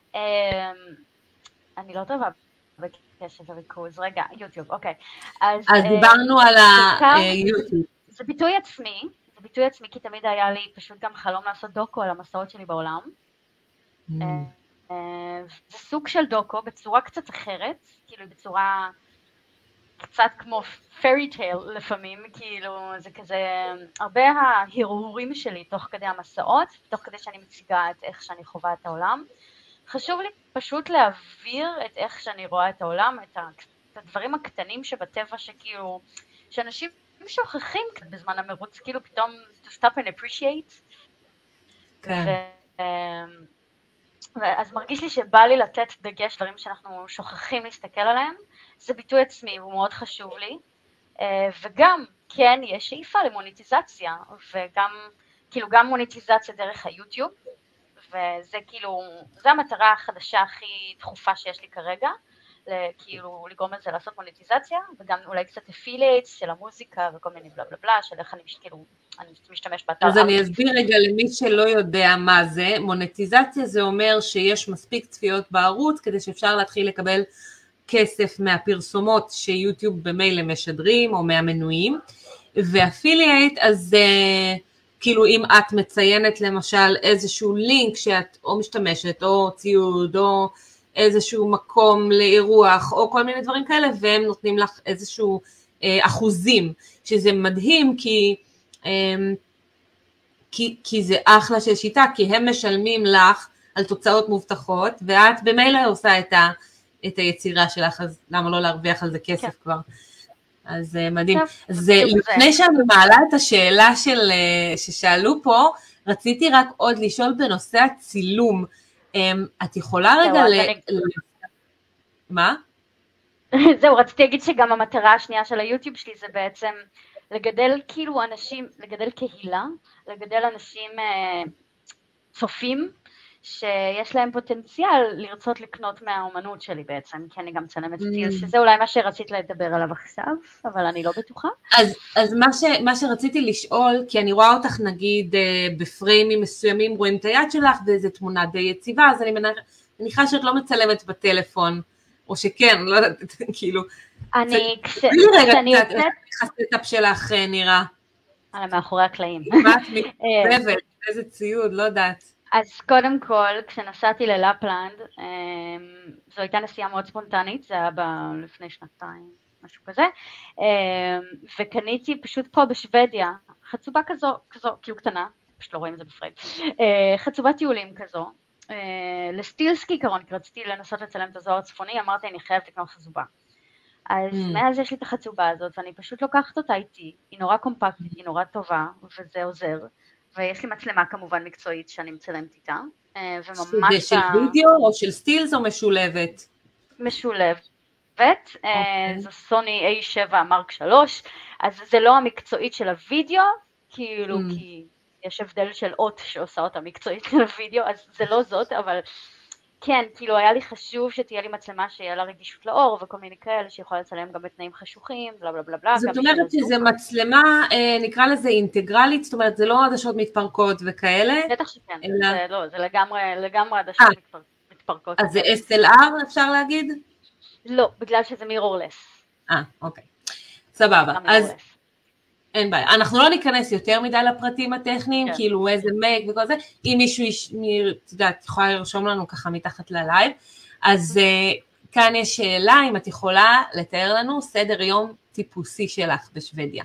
אני לא טובה בקשב וריכוז, רגע, יוטיוב, אוקיי. אז דיברנו על היוטיוב. זה ביטוי עצמי, זה ביטוי עצמי כי תמיד היה לי פשוט גם חלום לעשות דוקו על המסעות שלי בעולם. Mm. זה סוג של דוקו בצורה קצת אחרת, כאילו בצורה קצת כמו fairy tale לפעמים, כאילו זה כזה, הרבה ההרהורים שלי תוך כדי המסעות, תוך כדי שאני מציגה את איך שאני חווה את העולם. חשוב לי פשוט להעביר את איך שאני רואה את העולם, את הדברים הקטנים שבטבע שכאילו, שאנשים שוכחים בזמן המרוץ, כאילו פתאום to stop and appreciate. כן. ו... אז מרגיש לי שבא לי לתת דגש דברים שאנחנו שוכחים להסתכל עליהם, זה ביטוי עצמי, הוא מאוד חשוב לי, וגם כן יש שאיפה למוניטיזציה, וגם כאילו גם מוניטיזציה דרך היוטיוב, וזה כאילו, זו המטרה החדשה הכי דחופה שיש לי כרגע, כאילו לגרום לזה לעשות מוניטיזציה, וגם אולי קצת אפילייטס של המוזיקה וכל מיני בלה בלה בלה, של איך אני כאילו, אני משתמש באתר. אז אני אסביר רגע למי שלא יודע מה זה, מוניטיזציה זה אומר שיש מספיק צפיות בערוץ, כדי שאפשר להתחיל לקבל כסף מהפרסומות שיוטיוב במילא משדרים, או מהמנויים, ואפילייט, אז uh, כאילו אם את מציינת למשל איזשהו לינק שאת או משתמשת, או ציוד, או איזשהו מקום לאירוח, או כל מיני דברים כאלה, והם נותנים לך איזשהו אה, אחוזים, שזה מדהים, כי, אה, כי, כי זה אחלה של שיטה, כי הם משלמים לך על תוצאות מובטחות, ואת במילא עושה את, ה, את היצירה שלך, אז למה לא להרוויח על זה כסף כן. כבר? אז אה, מדהים. אז לפני שאני מעלה את השאלה של, אה, ששאלו פה, רציתי רק עוד לשאול בנושא הצילום, את יכולה רגע ל... מה? זהו, רציתי להגיד שגם המטרה השנייה של היוטיוב שלי זה בעצם לגדל כאילו אנשים, לגדל קהילה, לגדל אנשים צופים שיש להם פוטנציאל לרצות לקנות מהאומנות שלי בעצם, כי אני גם צלמת סטיל, שזה אולי מה שרצית לדבר עליו עכשיו, אבל אני לא בטוחה. אז, אז מה, ש, מה שרציתי לשאול, כי אני רואה אותך נגיד בפריימים מסוימים, רואים את היד שלך ואיזו תמונה די יציבה, אז אני מניחה שאת לא מצלמת בטלפון, או שכן, לא יודעת, כאילו. אני, כש... כשאני יוצאת... איך הסטאפ שלך נראה? על מאחורי הקלעים. מה את מתכתבת, איזה ציוד, לא יודעת. אז קודם כל, כשנסעתי ללפלנד, זו הייתה נסיעה מאוד ספונטנית, זה היה לפני שנתיים, משהו כזה, וקניתי פשוט פה בשוודיה, חצובה כזו, כזו, כאילו קטנה, פשוט לא רואים את זה בפריים, חצובת טיולים כזו, לסטילסקי קרון, כי רציתי לנסות לצלם את הזוהר הצפוני, אמרתי אני חייבת לקנות חצובה. אז מאז יש לי את החצובה הזאת, ואני פשוט לוקחת אותה איתי, היא נורא קומפקטית, היא נורא טובה, וזה עוזר. ויש לי מצלמה כמובן מקצועית שאני מצלמת איתה, וממש... זה של וידאו או של סטילס או משולבת? משולבת, זו סוני איי שבע מרק שלוש, אז זה לא המקצועית של הוידאו, כאילו כי יש הבדל של אות שעושה אותה מקצועית של הוידאו, אז זה לא זאת, אבל כן, כאילו היה לי חשוב שתהיה לי מצלמה שיהיה לה רגישות לאור וכל מיני כאלה שיכולה לצלם גם בתנאים חשוכים, בלה בלה בלה בלה. זאת אומרת שזה מצלמה, נקרא לזה אינטגרלית, זאת אומרת זה לא עדשות מתפרקות וכאלה? בטח שכן, זה לא, זה לגמרי עדשות מתפרקות. אז זה אס אל אר אפשר להגיד? לא, בגלל שזה מירורלס. אה, אוקיי, סבבה, אז אין בעיה, אנחנו לא ניכנס יותר מדי לפרטים הטכניים, כן. כאילו איזה מייק וכל זה, אם מישהו, את יודעת, יכולה לרשום לנו ככה מתחת ללייב, אז uh, כאן יש שאלה, אם את יכולה לתאר לנו סדר יום טיפוסי שלך בשוודיה.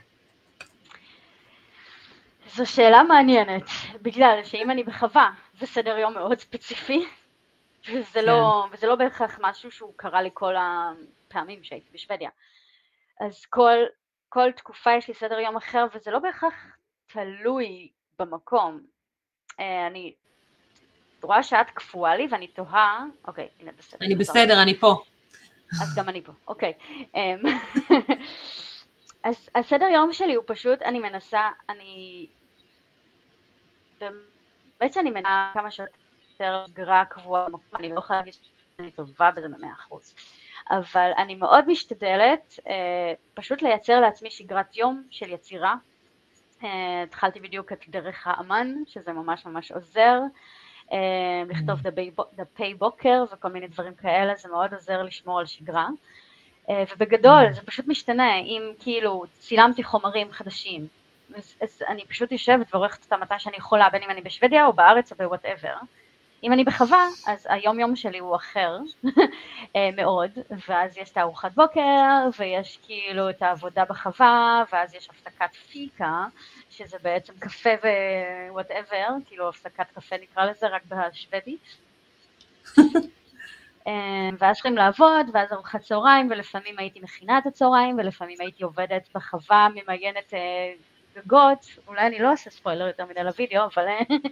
זו שאלה מעניינת, בגלל שאם אני בחווה, זה סדר יום מאוד ספציפי, וזה, כן. לא, וזה לא בהכרח משהו שהוא קרה לי כל הפעמים שהייתי בשוודיה, אז כל... כל תקופה יש לי סדר יום אחר, וזה לא בהכרח תלוי במקום. אני רואה שאת קפואה לי, ואני תוהה, אוקיי, הנה בסדר. אני בסדר, אני פה. אז גם אני פה, אוקיי. אז הסדר יום שלי הוא פשוט, אני מנסה, אני... באמת שאני מנסה כמה שיותר גרה קבועה במקום, אני לא יכולה להגיד שאני טובה בזה במאה אחוז. אבל אני מאוד משתדלת אה, פשוט לייצר לעצמי שגרת יום של יצירה. אה, התחלתי בדיוק את דרך האמן, שזה ממש ממש עוזר. אה, לכתוב דפי, דפי בוקר וכל מיני דברים כאלה, זה מאוד עוזר לשמור על שגרה. אה, ובגדול זה פשוט משתנה, אם כאילו צילמתי חומרים חדשים, אז, אז אני פשוט יושבת ועורכת אותם מתי שאני יכולה, בין אם אני בשוודיה או בארץ או ב-whatever. אם אני בחווה, אז היום יום שלי הוא אחר מאוד, ואז יש את הארוחת בוקר, ויש כאילו את העבודה בחווה, ואז יש הפסקת פיקה, שזה בעצם קפה ו-whatever, כאילו הפסקת קפה נקרא לזה, רק בשוודי. ואז צריכים לעבוד, ואז ארוחת צהריים, ולפעמים הייתי מכינה את הצהריים, ולפעמים הייתי עובדת בחווה, ממיינת גגות, אולי אני לא עושה ספוילר יותר מדי לוידאו, אבל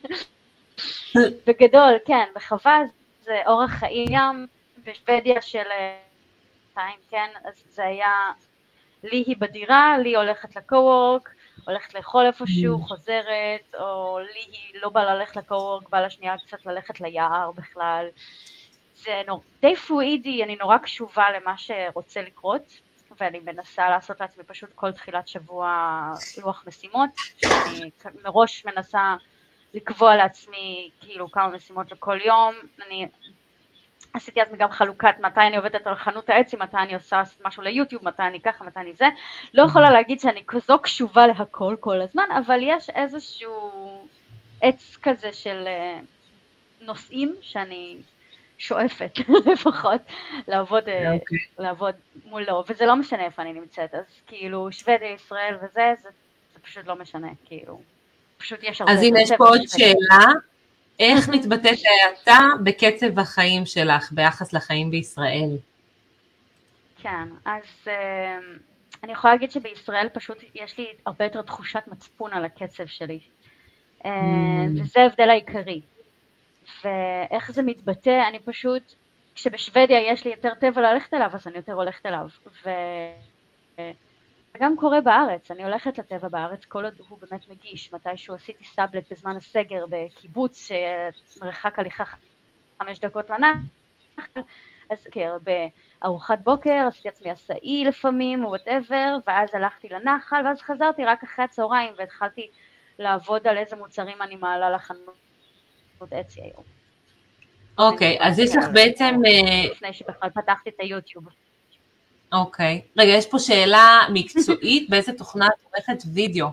בגדול, כן, בחווה זה אורח חיים בשוודיה של פעם, כן, אז זה היה, לי היא בדירה, לי הולכת לקו-וורק, הולכת לאכול איפשהו, חוזרת, או לי היא לא בא ללכת לקו-וורק, בא לשנייה קצת ללכת ליער בכלל. זה נור... די פלואידי, אני נורא קשובה למה שרוצה לקרות, ואני מנסה לעשות לעצמי פשוט כל תחילת שבוע לוח משימות, שאני מראש מנסה לקבוע לעצמי כאילו כמה משימות לכל יום. אני עשיתי לעצמי גם חלוקת מתי אני עובדת על חנות העצים, מתי אני עושה משהו ליוטיוב, מתי אני ככה, מתי אני זה. לא יכולה להגיד שאני כזו קשובה להכל כל הזמן, אבל יש איזשהו עץ כזה של נושאים שאני שואפת לפחות לעבוד, okay. לעבוד מולו, וזה לא משנה איפה אני נמצאת, אז כאילו שוודיה, ישראל וזה, זה, זה פשוט לא משנה, כאילו, פשוט יש הרבה. אז הנה יש פה עוד שאלה, איך מתבטאת האטה בקצב החיים שלך ביחס לחיים בישראל? כן, אז uh, אני יכולה להגיד שבישראל פשוט יש לי הרבה יותר תחושת מצפון על הקצב שלי, uh, mm. וזה ההבדל העיקרי. ואיך זה מתבטא, אני פשוט, כשבשוודיה יש לי יותר טבע ללכת אליו, אז אני יותר הולכת אליו. וגם קורה בארץ, אני הולכת לטבע בארץ, כל עוד הוא באמת מגיש. מתישהו עשיתי סאבלט בזמן הסגר בקיבוץ, שמרחק הליכה חמש דקות לנחל, אז כן, בארוחת בוקר, עשיתי עצמי עשאי לפעמים, או whatever, ואז הלכתי לנחל, ואז חזרתי רק אחרי הצהריים, והתחלתי לעבוד על איזה מוצרים אני מעלה לחנות. עצי היום. אוקיי, אז יש לך בעצם... לפני שבכלל פתחתי את היוטיוב. אוקיי. רגע, יש פה שאלה מקצועית, באיזה תוכנה את עורכת וידאו?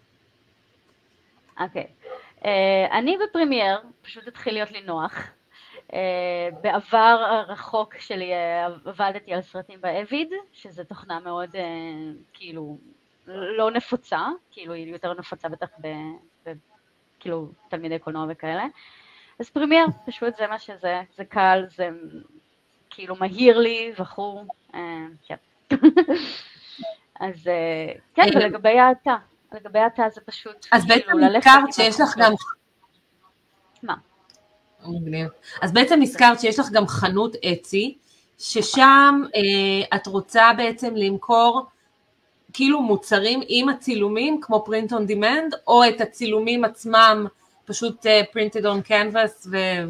אוקיי. אני בפרימייר, פשוט התחיל להיות לי נוח. בעבר הרחוק שלי עבדתי על סרטים באביד, שזו תוכנה מאוד, כאילו, לא נפוצה, כאילו היא יותר נפוצה בטח ב... כאילו תלמידי קולנוע וכאלה, אז פרימייר, פשוט זה מה שזה, זה קל, זה כאילו מהיר לי וכו', כן. אז כן, ולגבי האטה, לגבי האטה זה פשוט... אז בעצם הזכרת שיש לך גם... מה? אז בעצם הזכרת שיש לך גם חנות אצי, ששם את רוצה בעצם למכור כאילו מוצרים עם הצילומים, כמו print on demand, או את הצילומים עצמם, פשוט uh, printed on canvas,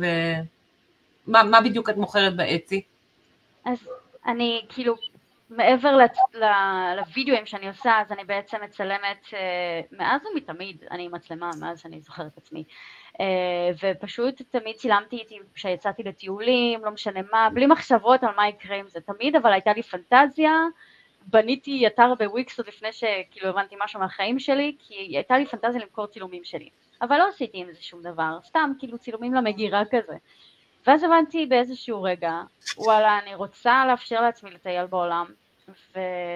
ומה ו... בדיוק את מוכרת באצי? אז אני כאילו, מעבר לוידאוים שאני עושה, אז אני בעצם מצלמת, uh, מאז ומתמיד, אני מצלמה, מאז שאני זוכרת עצמי, uh, ופשוט תמיד צילמתי איתי, כשיצאתי לטיולים, לא משנה מה, בלי מחשבות על מה יקרה עם זה תמיד, אבל הייתה לי פנטזיה, בניתי אתר בוויקס עוד לפני שכאילו הבנתי משהו מהחיים שלי, כי הייתה לי פנטזיה למכור צילומים שלי, אבל לא עשיתי עם זה שום דבר, סתם כאילו צילומים למגירה כזה. ואז הבנתי באיזשהו רגע, וואלה, אני רוצה לאפשר לעצמי לטייל בעולם, ו...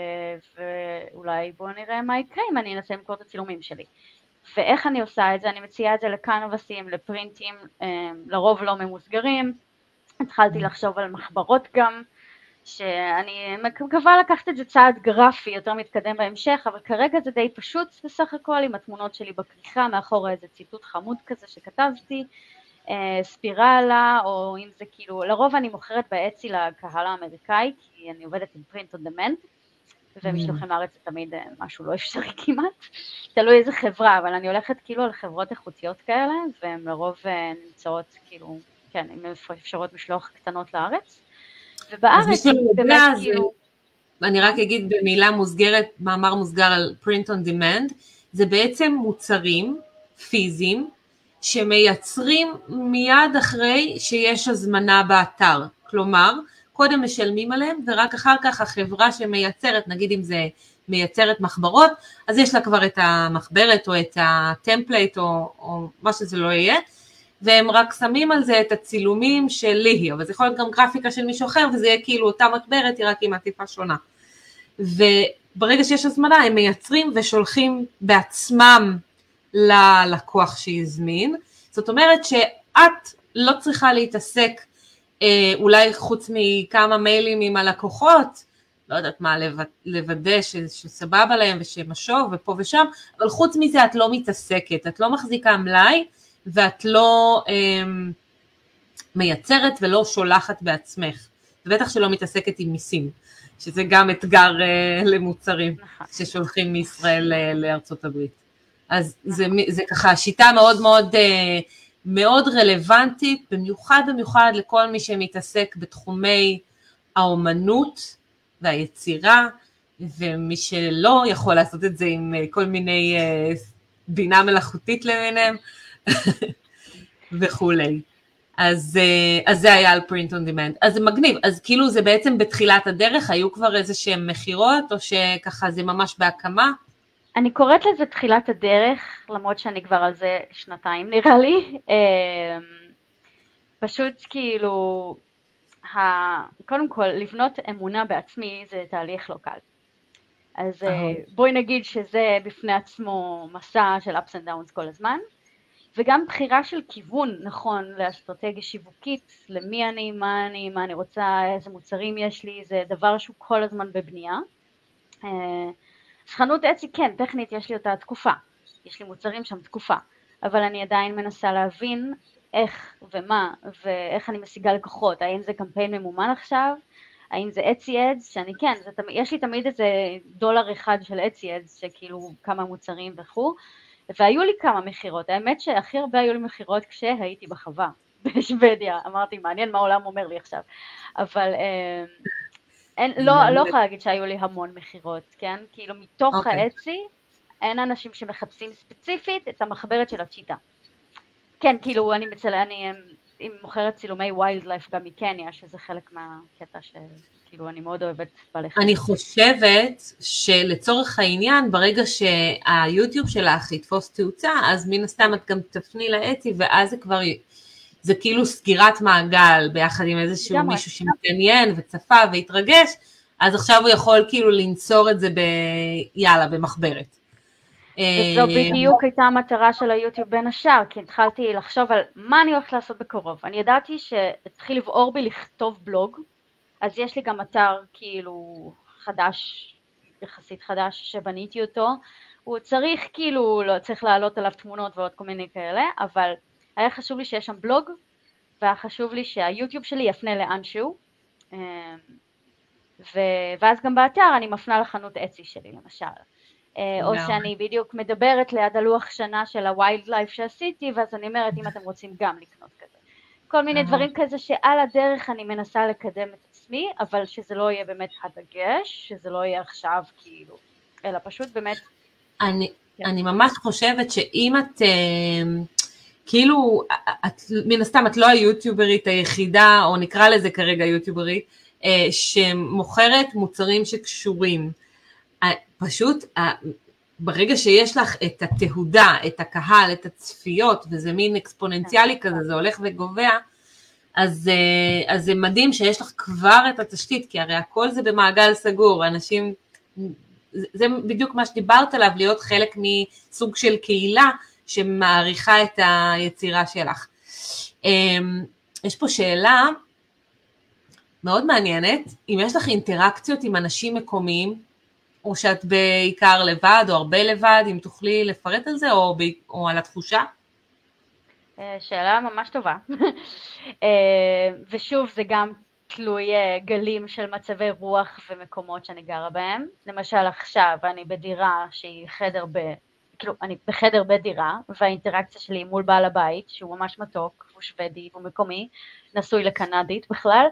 ואולי בואו נראה מה יקרה אם אני אנסה למכור את הצילומים שלי. ואיך אני עושה את זה? אני מציעה את זה לקנבסים, לפרינטים, לרוב לא ממוסגרים, התחלתי לחשוב על מחברות גם, שאני מקווה לקחת את זה צעד גרפי יותר מתקדם בהמשך, אבל כרגע זה די פשוט בסך הכל עם התמונות שלי בכריכה, מאחורה איזה ציטוט חמוד כזה שכתבתי, ספירלה, או אם זה כאילו, לרוב אני מוכרת באצי לקהל האמריקאי, כי אני עובדת עם print on demand, ומשלוחים לארץ זה תמיד משהו לא אפשרי כמעט, תלוי איזה חברה, אבל אני הולכת כאילו על חברות איכותיות כאלה, והן לרוב נמצאות כאילו, כן, עם אפשרות משלוח קטנות לארץ, ובארץ באמת כאילו... אני רק אגיד במילה מוסגרת, מאמר מוסגר על print on demand, זה בעצם מוצרים פיזיים, שמייצרים מיד אחרי שיש הזמנה באתר, כלומר, קודם משלמים עליהם, ורק אחר כך החברה שמייצרת, נגיד אם זה מייצרת מחברות, אז יש לה כבר את המחברת, או את הטמפלייט, או, או מה שזה לא יהיה, והם רק שמים על זה את הצילומים של ליהי, אבל זה יכול להיות גם גרפיקה של מישהו אחר, וזה יהיה כאילו אותה מחברת, היא רק עם עטיפה שונה. וברגע שיש הזמנה, הם מייצרים ושולחים בעצמם ללקוח שיזמין, זאת אומרת שאת לא צריכה להתעסק אולי חוץ מכמה מיילים עם הלקוחות, לא יודעת מה, לוודא שסבבה להם ושמשוב ופה ושם, אבל חוץ מזה את לא מתעסקת, את לא מחזיקה מלאי, ואת לא מייצרת ולא שולחת בעצמך, ובטח שלא מתעסקת עם מיסים, שזה גם אתגר למוצרים ששולחים מישראל לארצות הברית. אז זה, זה ככה שיטה מאוד מאוד, מאוד רלוונטית, במיוחד במיוחד לכל מי שמתעסק בתחומי האומנות והיצירה, ומי שלא יכול לעשות את זה עם כל מיני בינה מלאכותית למיניהם, וכולי. אז, אז זה היה על print on demand. אז זה מגניב, אז כאילו זה בעצם בתחילת הדרך, היו כבר איזה שהם מחירות, או שככה זה ממש בהקמה? אני קוראת לזה תחילת הדרך, למרות שאני כבר על זה שנתיים נראה לי. פשוט כאילו, קודם כל, לבנות אמונה בעצמי זה תהליך לא קל. אז בואי נגיד שזה בפני עצמו מסע של ups and downs כל הזמן, וגם בחירה של כיוון נכון לאסטרטגיה שיווקית, למי אני, מה אני, מה אני רוצה, איזה מוצרים יש לי, זה דבר שהוא כל הזמן בבנייה. חנות אצי, כן, טכנית יש לי אותה תקופה, יש לי מוצרים שם תקופה, אבל אני עדיין מנסה להבין איך ומה, ואיך אני משיגה לקוחות, האם זה קמפיין ממומן עכשיו, האם זה אצי אדס, שאני כן, זה, יש לי תמיד איזה דולר אחד של אצי אדס, שכאילו כמה מוצרים וכו', והיו לי כמה מחירות, האמת שהכי הרבה היו לי מחירות כשהייתי בחווה, בשוודיה, אמרתי, מעניין מה העולם אומר לי עכשיו, אבל אין, לא, לא יכולה להגיד שהיו לי המון מחירות, כן? כאילו מתוך okay. האצי, אין אנשים שמחפשים ספציפית את המחברת של הצ'יטה. כן, כאילו אני מצלה, אני עם מוכרת צילומי ווילד לייף גם מקניה, שזה חלק מהקטע שכאילו אני מאוד אוהבת בעלי חיים. אני חושבת שלצורך העניין, ברגע שהיוטיוב שלך יתפוס תאוצה, אז מן הסתם את גם תפני לאצי, ואז זה כבר... זה כאילו סגירת מעגל ביחד עם איזשהו מישהו שמתעניין וצפה והתרגש, אז עכשיו הוא יכול כאילו לנצור את זה ביאללה, במחברת. וזו בדיוק הייתה המטרה של היוטיוב בין השאר, כי התחלתי לחשוב על מה אני הולכת לעשות בקרוב. אני ידעתי שהתחיל לבעור בי לכתוב בלוג, אז יש לי גם אתר כאילו חדש, יחסית חדש שבניתי אותו, הוא צריך כאילו, לא צריך לעלות עליו תמונות ועוד כל מיני כאלה, אבל היה חשוב לי שיש שם בלוג, והיה חשוב לי שהיוטיוב שלי יפנה לאנשהו, ואז גם באתר אני מפנה לחנות אצי שלי למשל, או שאני בדיוק מדברת ליד הלוח שנה של הווילד לייף שעשיתי, ואז אני אומרת אם אתם רוצים גם לקנות כזה. כל מיני דברים כזה שעל הדרך אני מנסה לקדם את עצמי, אבל שזה לא יהיה באמת הדגש, שזה לא יהיה עכשיו כאילו, אלא פשוט באמת. אני, אני ממש חושבת שאם את... כאילו, את, מן הסתם, את לא היוטיוברית היחידה, או נקרא לזה כרגע יוטיוברית, שמוכרת מוצרים שקשורים. פשוט, ברגע שיש לך את התהודה, את הקהל, את הצפיות, וזה מין אקספוננציאלי כזה, זה הולך וגובע, אז, אז זה מדהים שיש לך כבר את התשתית, כי הרי הכל זה במעגל סגור, אנשים, זה בדיוק מה שדיברת עליו, להיות חלק מסוג של קהילה, שמעריכה את היצירה שלך. יש פה שאלה מאוד מעניינת, אם יש לך אינטראקציות עם אנשים מקומיים, או שאת בעיקר לבד, או הרבה לבד, אם תוכלי לפרט על זה, או, או על התחושה? שאלה ממש טובה. ושוב, זה גם תלוי גלים של מצבי רוח ומקומות שאני גרה בהם. למשל עכשיו, אני בדירה שהיא חדר ב... כאילו, אני בחדר בדירה, והאינטראקציה שלי מול בעל הבית, שהוא ממש מתוק, הוא שוודי, הוא מקומי, נשוי לקנדית בכלל,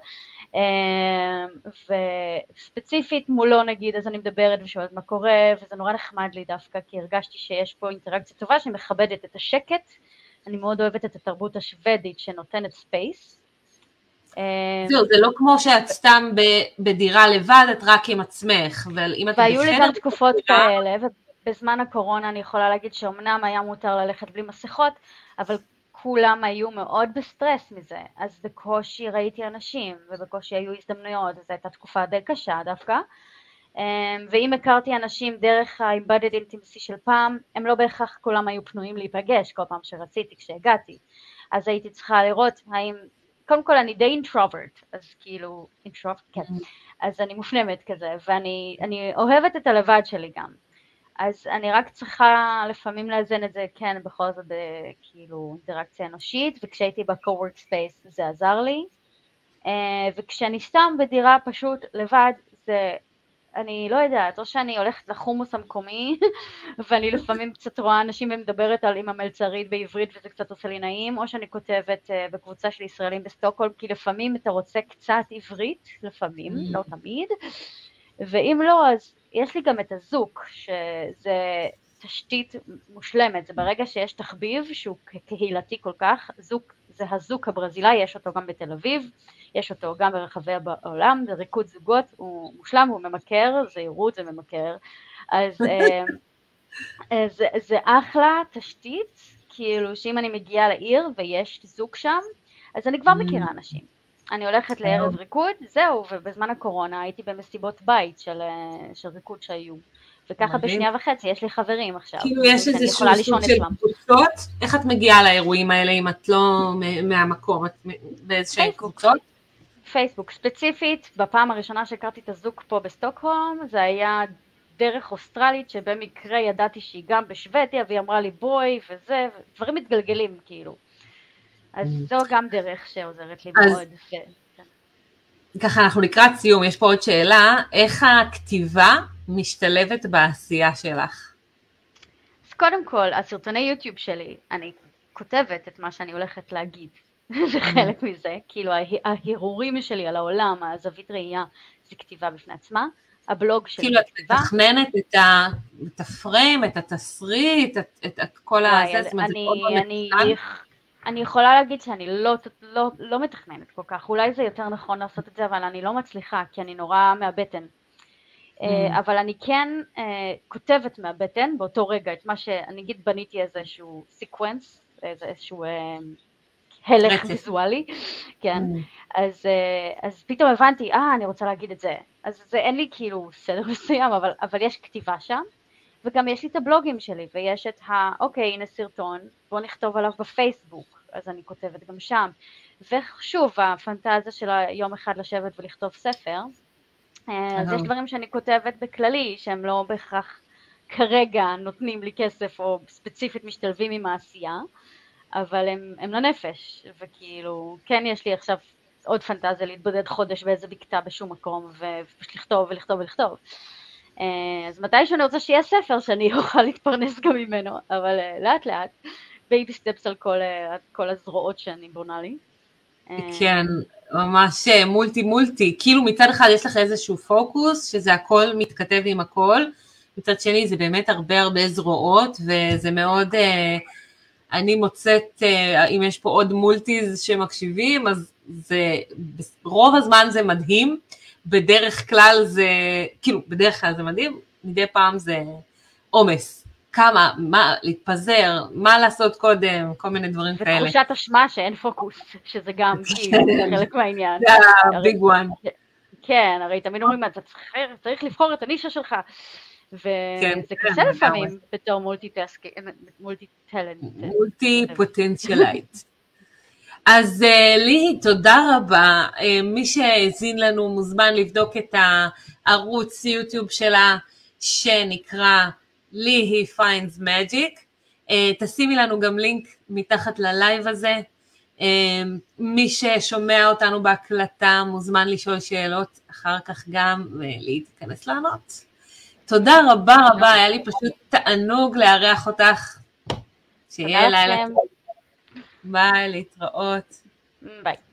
וספציפית מולו נגיד, אז אני מדברת ושואלת מה קורה, וזה נורא נחמד לי דווקא, כי הרגשתי שיש פה אינטראקציה טובה, שמכבדת את השקט, אני מאוד אוהבת את התרבות השוודית, שנותנת ספייס. זהו, זה לא כמו שאת סתם בדירה לבד, את רק עם עצמך, והיו לי גם תקופות כאלה, בזמן הקורונה אני יכולה להגיד שאומנם היה מותר ללכת בלי מסכות, אבל כולם היו מאוד בסטרס מזה, אז בקושי ראיתי אנשים, ובקושי היו הזדמנויות, אז הייתה תקופה די קשה דווקא, ואם הכרתי אנשים דרך ה-Embedded Intimacy של פעם, הם לא בהכרח כולם היו פנויים להיפגש כל פעם שרציתי כשהגעתי, אז הייתי צריכה לראות האם, קודם כל אני די אינטרוברט, אז כאילו, אינטרוברט, כן, אז אני מופנמת כזה, ואני אני אוהבת את הלבד שלי גם. אז אני רק צריכה לפעמים לאזן את זה, כן, בכל זאת, כאילו, אינטראקציה אנושית, וכשהייתי ב-co-work space זה עזר לי, וכשאני סתם בדירה פשוט לבד, זה, אני לא יודעת, או שאני הולכת לחומוס המקומי, ואני לפעמים קצת רואה אנשים ומדברת על אמא מלצרית בעברית, וזה קצת עושה לי נעים, או שאני כותבת בקבוצה של ישראלים בסטוקהולם, כי לפעמים אתה רוצה קצת עברית, לפעמים, לא תמיד, ואם לא, אז יש לי גם את הזוק, שזה תשתית מושלמת, זה ברגע שיש תחביב שהוא קהילתי כל כך, זוק, זה הזוק הברזילאי, יש אותו גם בתל אביב, יש אותו גם ברחבי העולם, זה ריקוד זוגות, הוא מושלם, הוא ממכר, זה עירות, זה ממכר, אז זה, זה אחלה תשתית, כאילו שאם אני מגיעה לעיר ויש זוג שם, אז אני כבר מכירה אנשים. אני הולכת לערב ריקוד, זהו, ובזמן הקורונה הייתי במסיבות בית של, של ריקוד שהיו. וככה בשנייה וחצי יש לי חברים עכשיו. כאילו יש איזשהו סוג של קבוצות, איך את מגיעה לאירועים האלה אם את לא מהמקום, את באיזושהי קבוצות? פייסבוק, ספציפית, בפעם הראשונה שהכרתי את הזוג פה בסטוקהולם, זה היה דרך אוסטרלית שבמקרה ידעתי שהיא גם בשוודיה, והיא אמרה לי בואי וזה, דברים מתגלגלים כאילו. אז זו גם דרך שעוזרת לי מאוד. ככה אנחנו לקראת סיום, יש פה עוד שאלה, איך הכתיבה משתלבת בעשייה שלך? אז קודם כל, הסרטוני יוטיוב שלי, אני כותבת את מה שאני הולכת להגיד, זה חלק מזה, כאילו ההירורים שלי על העולם, הזווית ראייה, זה כתיבה בפני עצמה, הבלוג שלי כאילו את מתכננת את הפריים, את התסריט, את כל הזה, זאת אומרת, זה מאוד מתכנן? אני יכולה להגיד שאני לא, לא, לא מתכננת כל כך, אולי זה יותר נכון לעשות את זה, אבל אני לא מצליחה, כי אני נורא מהבטן. Mm. אבל אני כן uh, כותבת מהבטן באותו רגע, את מה שאני אגיד בניתי איזשהו סיקוונס, איזשהו uh, הלך ויזואלי, כן, mm. אז, uh, אז פתאום הבנתי, אה, אני רוצה להגיד את זה, אז זה אין לי כאילו סדר מסוים, אבל, אבל יש כתיבה שם, וגם יש לי את הבלוגים שלי, ויש את ה, אוקיי, הנה סרטון, בוא נכתוב עליו בפייסבוק, אז אני כותבת גם שם. ושוב, הפנטזיה של יום אחד לשבת ולכתוב ספר, אז יש דברים שאני כותבת בכללי, שהם לא בהכרח כרגע נותנים לי כסף, או ספציפית משתלבים עם העשייה, אבל הם, הם לנפש, וכאילו, כן יש לי עכשיו עוד פנטזיה להתבודד חודש באיזה בקתה בשום מקום, ופשוט לכתוב ולכתוב ולכתוב. אז מתי שאני רוצה שיהיה ספר שאני אוכל להתפרנס גם ממנו, אבל לאט לאט, בייבי סטפס על כל, כל הזרועות שאני בונה לי. כן, ממש מולטי מולטי, כאילו מצד אחד יש לך איזשהו פוקוס, שזה הכל מתכתב עם הכל, מצד שני זה באמת הרבה הרבה זרועות, וזה מאוד, אני מוצאת, אם יש פה עוד מולטיז שמקשיבים, אז זה, רוב הזמן זה מדהים, בדרך כלל זה, כאילו, בדרך כלל זה מדהים, מדי פעם זה עומס. כמה, מה, להתפזר, מה לעשות קודם, כל מיני דברים כאלה. ותחושת אשמה שאין פוקוס, שזה גם כאילו חלק מהעניין. זה הביג וואן. כן, הרי תמיד אומרים, אתה צריך לבחור את הנישה שלך, וזה קשה לפעמים בתור מולטי-טסקי, מולטי-טלנט. מולטי-פוטנציאלייט. אז לי, תודה רבה. מי שהזין לנו מוזמן לבדוק את הערוץ יוטיוב שלה, שנקרא לי He Finds Magic. תשימי לנו גם לינק מתחת ללייב הזה. מי ששומע אותנו בהקלטה מוזמן לשאול שאלות, אחר כך גם לי תיכנס לענות. תודה רבה רבה, היה לי פשוט תענוג לארח אותך. שיהיה לילה טוב. ביי, להתראות. ביי.